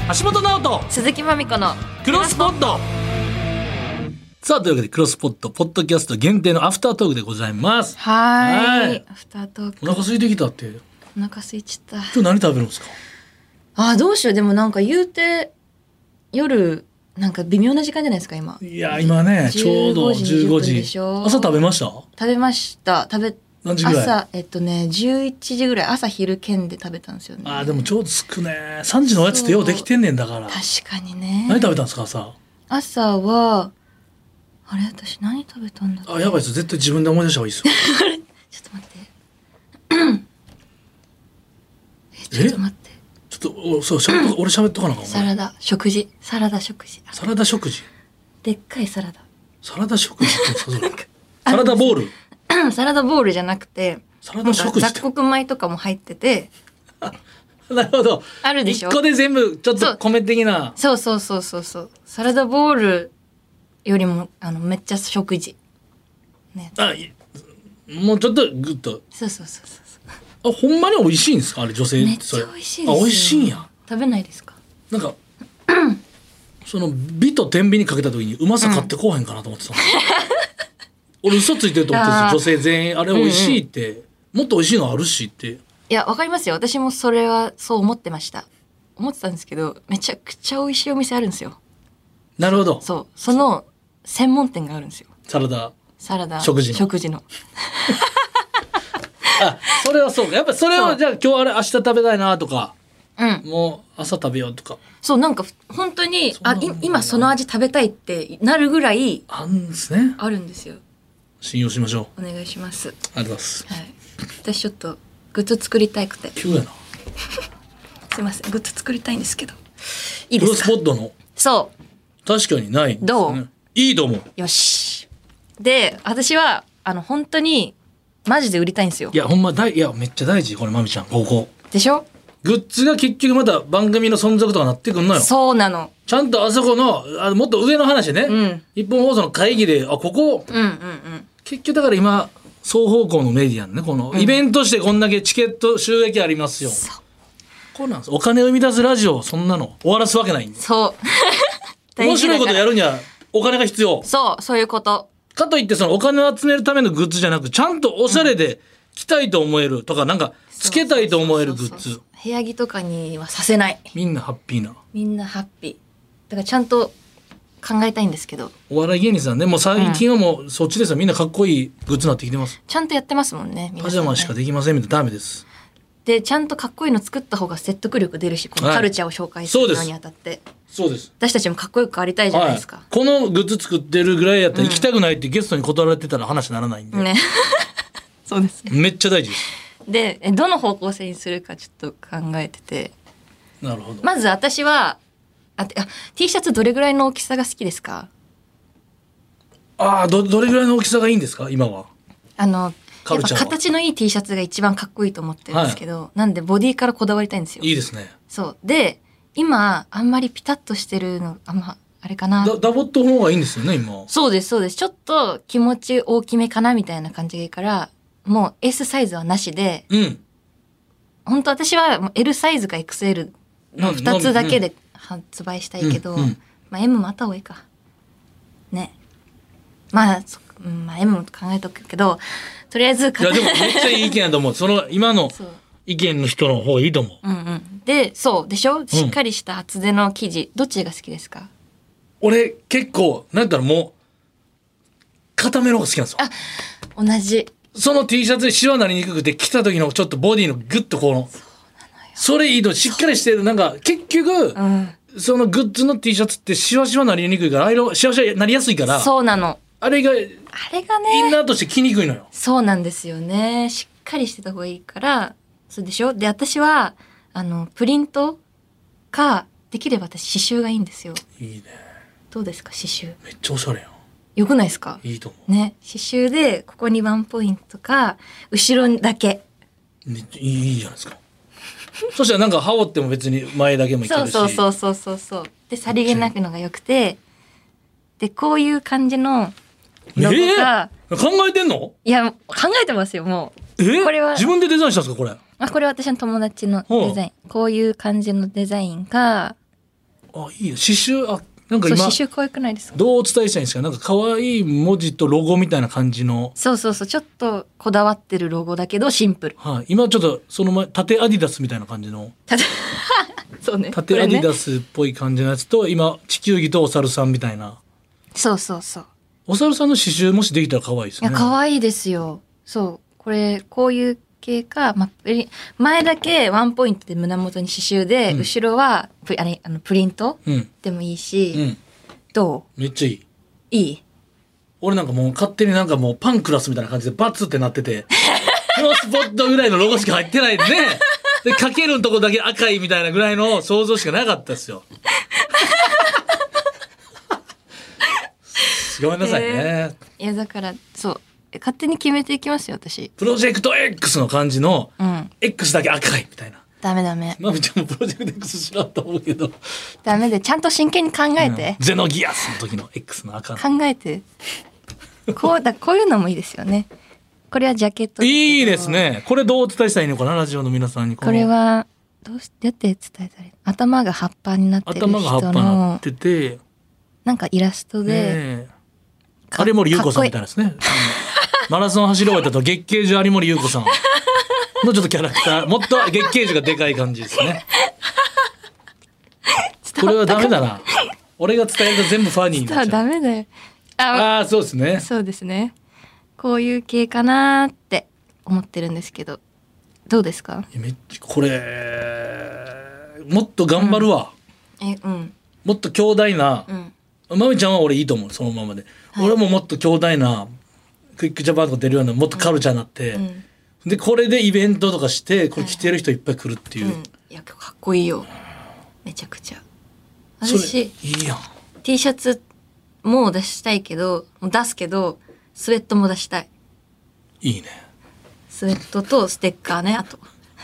橋本直人鈴木まみこのクロスポット。さあというわけでクロスポットポッドキャスト限定のアフタートークでございます。 はいアフタートーク。 お腹空いてきたって。 お腹空いちゃった。 今日何食べるんですか？ どうしよう。でもなんか言うて夜なんか微妙な時間じゃないですか今。 いや今ねちょうど15時。朝食べました？ 食べました。 何時ぐらい？ 朝11時ぐらい。朝昼兼で食べたんですよね。 でもちょうど少ね。3時のおやつってようできてんねんだから。 確かにね。 何食べたんですか朝はあれ私何食べたんだっけ。 やばいです絶対自分で思い出した方がいいですよ。 ちょっと待ってちょっと待って。 ちょっと俺喋っとかなか。 サラダ食事。 サラダ食事。 でっかいサラダ。 サラダ食事ってそれサラダボール。 サラダボールじゃなくてサラダ食事雑穀米とかも入ってて。 なるほど。 あるでしょ。 1個で全部ちょっと米的な。 そう。サラダボールよりもめっちゃ食事。ね。 もうちょっとグッと。 そう。 ほんまに美味しいんですかあれ女性めっちゃ美味しいですよ。 美味しいんや。 食べないですか？ なんかその美と天秤にかけた時にうまさ買ってこうへんかなと思ってた、俺嘘ついてると思ってるんですよ。女性全員あれ美味しいって、もっと美味しいのあるしって。 いやわかりますよ。私もそれはそう思ってたんですけど、めちゃくちゃ美味しいお店あるんですよ。 なるほど。 その専門店があるんですよ。サラダ食事のそれはそう。やっぱそれをじゃあ今日明日食べたいなとか、もう朝食べようとか。 そうなんか本当に今その味食べたいってなるぐらいあるんですね。 あるんですよ。 信用しましょう。 お願いします。 ありがとうございます。 はい。私ちょっとグッズ作りたくて。 急やな。 すいませんグッズ作りたいんですけど。いいですか？ クロスポットの。 そう。 確かにないんですね。 どう？ いいと思う。 よし。で私は本当にマジで売りたいんですよ。 いやほんまめっちゃ大事これまみちゃんここ。 でしょ？ グッズが結局また番組の存続とかなってくんのよ。 そうなの。 ちゃんとあそこのもっと上の話ね、一本放送の会議でここ、結局だから今双方向のメディアのねこのイベントしてこんだけチケット収益ありますよ、こうなんです。お金を生み出すラジオそんなの終わらすわけないんで。 そう面白いことやるにはお金が必要。 そういうことかといってそのお金を集めるためのグッズじゃなくちゃんとおしゃれで着たいと思えるとかなんかつけたいと思えるグッズ。 部屋着とかにはさせない。 みんなハッピーな。 みんなハッピー。だからちゃんと考えたいんですけど。 お笑い芸人さんねもう最近はもうそっちですよ。みんなかっこいいグッズになってきてます。 ちゃんとやってますもんね。 パジャマしかできませんみたいなダメです。 でちゃんとかっこいいの作った方が説得力出るしこのカルチャーを紹介するのにあたって、 そうです私たちもかっこよくありたいじゃないですか、 このグッズ作ってるぐらいやったら行きたくないってゲストに断られてたら話にならないんで、 ねそうですね。 めっちゃ大事です。 でどの方向性にするかちょっと考えてて。 なるほど。 まず私はT シャツどれぐらいの大きさが好きですか？ どれぐらいの大きさがいいんですか今は。 やっぱ形のいい T シャツが一番かっこいいと思ってるんですけど、なんでボディからこだわりたいんですよ。 いいですね。 そうで今あんまりピタッとしてるのあれかな。 ダボっと方がいいんですよね今。 そうですちょっと気持ち大きめかなみたいな感じがいいからもう S サイズはなしで、本当私はもう L サイズか XL の2つだけで発売したいけど、M もあった方がいいかね。M も考えとくけどとりあえずいやでもめっちゃいい意見だと思う。その今の意見の人の方がいいと思う。 でそうでしょ。しっかりした厚手の生地、どっちが好きですか？ 俺結構なんだろうもう固めの方が好きなんですよ。 同じ。 その T シャツにシワなりにくくて着た時のちょっとボディのグッとこのそれいいのしっかりしてる。なんか結局、そのグッズの T シャツってシワシワなりにくいからシワシワなりやすいから。 そうなの。 あれがねインナーとして着にくいのよ。 そうなんですよね。しっかりしてた方がいいからそうでしょ。で私はプリントかできれば私刺繍がいいんですよ。 いいね。 どうですか刺繍。 めっちゃおしゃれやん。 よくないですか？ いいと思うね。刺繍でここにワンポイントか後ろだけいいじゃないですかそしたらなんか羽織っても別に前だけもいけるし。 そうでさりげなくのがよくてでこういう感じのロゴが、 考えてんの？ いや考えてますよもう。これは自分でデザインしたんですかこれ？ これは私の友達のデザイン、こういう感じのデザインがあ、いいよ刺繍。あ、なんかそう今刺繍可愛くないですか？ どうお伝えしたいんですか。なんか可愛い文字とロゴみたいな感じの。 そうそうそう、ちょっとこだわってるロゴだけどシンプル。 はい、今ちょっとその前縦アディダスみたいな感じのそうね。 縦アディこれね。 ダスっぽい感じのやつと、今地球儀とお猿さんみたいな。 そうそうそう。 お猿さんの刺繍もしできたら可愛いですね。 いや可愛いですよ。そうこれこういう系か、まあ、前だけワンポイントで胸元に刺繍で、後ろはプリントでもいいし、どめっちゃいい。 う？いい？ 俺なんかもう勝手になんかもうパンクラスみたいな感じでバツってなっててクロスポットぐらいのロゴしか入ってないんで、でかけるのとこだけ赤いみたいなぐらいの想像しかなかったですよ。ごめんなさいね。 いやだからそう勝手に決めていきますよ私。 プロジェクト X の感じの、X だけ赤いみたいな。 ダメダメ。 まみちゃんもプロジェクト X しろと思うけど。 ダメでちゃんと真剣に考えて。 ゼノギアスの時の X の赤。 考えて。こういうのもいいですよね。これはジャケット。 いいですね。これどうお伝えしたらいいのかな、ラジオの皆さんに。 これはどうやって伝えたらいい？頭が葉っぱになってる人の。 頭が葉っぱになってて。 なんかイラストで。 有森裕子さんみたいですね。マラソン走り終えたと月桂樹有森裕子さんのちょっとキャラクター、もっと月桂樹がでかい感じですね。これはダメだな。俺が伝えると全部ファニーになっちゃう。 ダメだよ。 ああ、そうですね。 そうですね。こういう系かなーって思ってるんですけど、どうですか？ めっちゃこれもっと頑張るわ。もっと強大な。まみちゃんは俺いいと思う、そのままで。俺ももっと強大なクイックジャパンとか出るようなもっとカルチャーになって、でこれでイベントとかしてこれ着てる人いっぱい来るっていう、 いやかっこいいよめちゃくちゃ。 私いいやん。 T シャツも出したいけど出すけどスウェットも出したい。 いいね。 スウェットとステッカーね。あと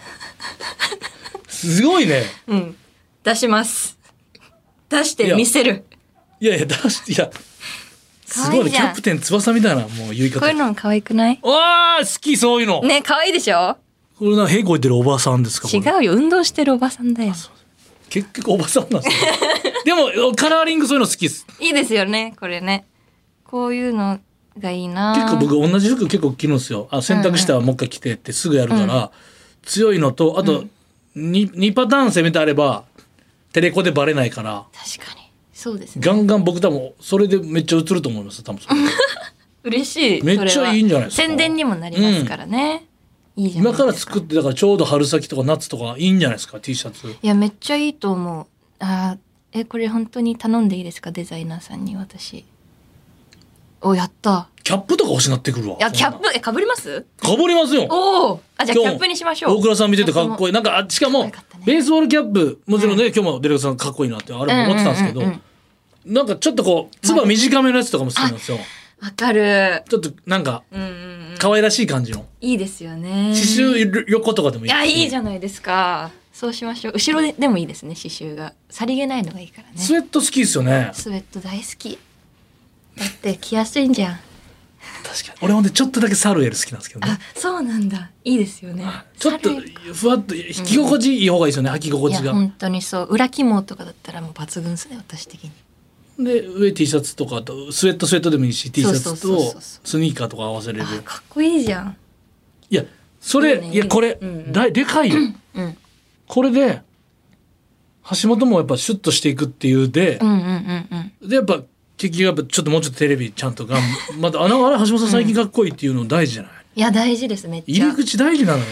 すごいね。 出します。出して見せる。 いや出して、いやすごいね。キャプテン翼みたいなもう言い方。 こういうのも可愛くない？ わあ、好き、そういうのね。可愛いでしょ。 これな、へこいてるおばさんですか？ 違うよ、運動してるおばさんだよ。 結局おばさんなんですよ。でもカラーリングそういうの好きです。 いいですよね、これね。こういうのがいいな。 結構僕同じ服結構着るんですよ。洗濯したらもう一回着てってすぐやるから、強いのと、あと 2パターン攻めてあればテレコでバレないから。 確かにそうですね。 ガンガン僕多分それでめっちゃ映ると思います。多分嬉しい。 めっちゃいいんじゃないですか。 宣伝にもなりますからね。いいじゃないですか。 今から作ってだからちょうど春先とか夏とかいいんじゃないですか、 T シャツ。 いやめっちゃいいと思う。これ本当に頼んでいいですか、デザイナーさんに。私やった。 キャップとか欲しなってくるわ。 いやキャップかぶります？ かぶりますよ。 おお。じゃあキャップにしましょう。 大倉さん見ててかっこいい。なんかしかもベースボールキャップもちろんね、今日もデレクさんかっこいいなってあれも思ってたんですけど、なんかちょっとこうつば短めのやつとかも好きなんですよ。 わかる。 ちょっとなんか可愛らしい感じの。 いいですよね。 刺繍横とかでもいい。 いやいいじゃないですか。そうしましょう。後ろでもいいですね、刺繍が。さりげないのがいいからね。 スウェット好きですよね。 スウェット大好き。だって着やすいんじゃん。 確かに。俺ほんでちょっとだけサルエル好きなんですけどね。 そうなんだ。いいですよね。 ちょっとふわっと引き心地いい方がいいですよね、履き心地が。 本当にそう。裏肝とかだったらもう抜群ですね、私的に。 で上 T シャツとかとスウェットでもいいし、 T シャツとスニーカーとか合わせれる。 かっこいいじゃん。 いやそれいやこれでかいよ。これで橋本もやっぱシュッとしていくっていうで、でやっぱ結局やっぱちょっともうちょっとテレビちゃんとまたあれ橋本さん最近かっこいいっていうの大事じゃない？ いや大事です。めっちゃ入り口大事なのよ。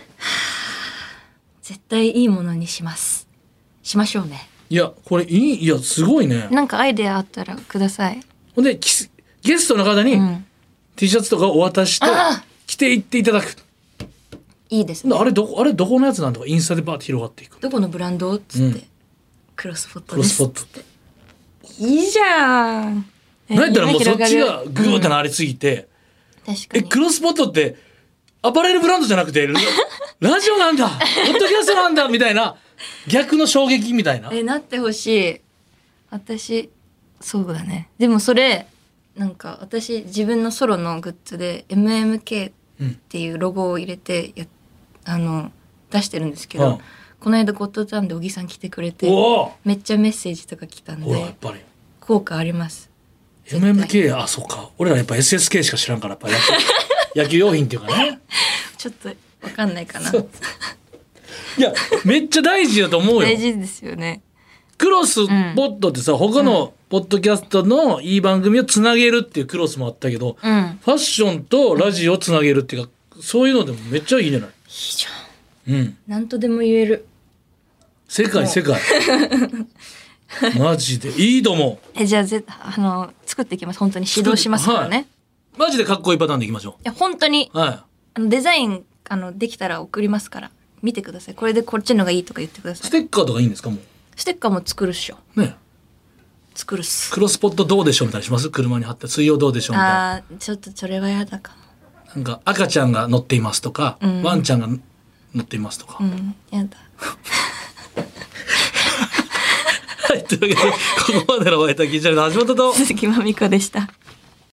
絶対いいものにします。しましょうね。 いやこれいやすごいね。 なんかアイデアあったらください。 ほんでゲストの方に T シャツとかお渡しと着ていっていただく。 いいですね。 あれどこのやつなんとかインスタでバーって広がっていく。 どこのブランドっつって、クロスフォットです。クロスフォットっていいじゃん。 なんやったらもうそっちがグーってなりすぎて、 確かにクロスポットってアパレルブランドじゃなくてラジオなんだポッドキャストなんだみたいな逆の衝撃みたいな。 なってほしい。私そうだね。でもそれなんか私自分のソロのグッズで MMK っていうロゴを入れて出してるんですけど、 この間ゴッドタウンで小木さん来てくれておめっちゃメッセージとか来たんお、やっでぱり効果あります。 MMK、あ、そうか、俺らやっぱ SSK しか知らんから、やっぱ野球用品っていうかね。 ちょっとわかんないかな。 いや、めっちゃ大事だと思うよ。 大事ですよね。 クロスポットってさ、他のポッドキャストのいい番組をつなげるっていうクロスもあったけど、ファッションとラジオをつなげるっていうか、そういうのでもめっちゃいいんじゃない？ いいじゃん。 うん。 なんとでも言える。 世界マジでいいと思う。 じゃあ作っていきます。本当に指導しますからね。はい、 マジでかっこいいパターンでいきましょう。 いや本当に、 はい、 デザインできたら送りますから見てください。これでこっちのがいいとか言ってください。 ステッカーとかいいんですか？もうステッカーも作るっしょ。 ね。 作るっす。 クロスポットどうでしょうみたいにします？車に貼って水曜どうでしょうみたいな。 あーちょっとそれはやだかも。 なんか赤ちゃんが乗っていますとか、ワンちゃんが乗っていますとか。 やだ。 はい、というわけでここまでのお相手は銀シャリの橋本と鈴木まみこでした。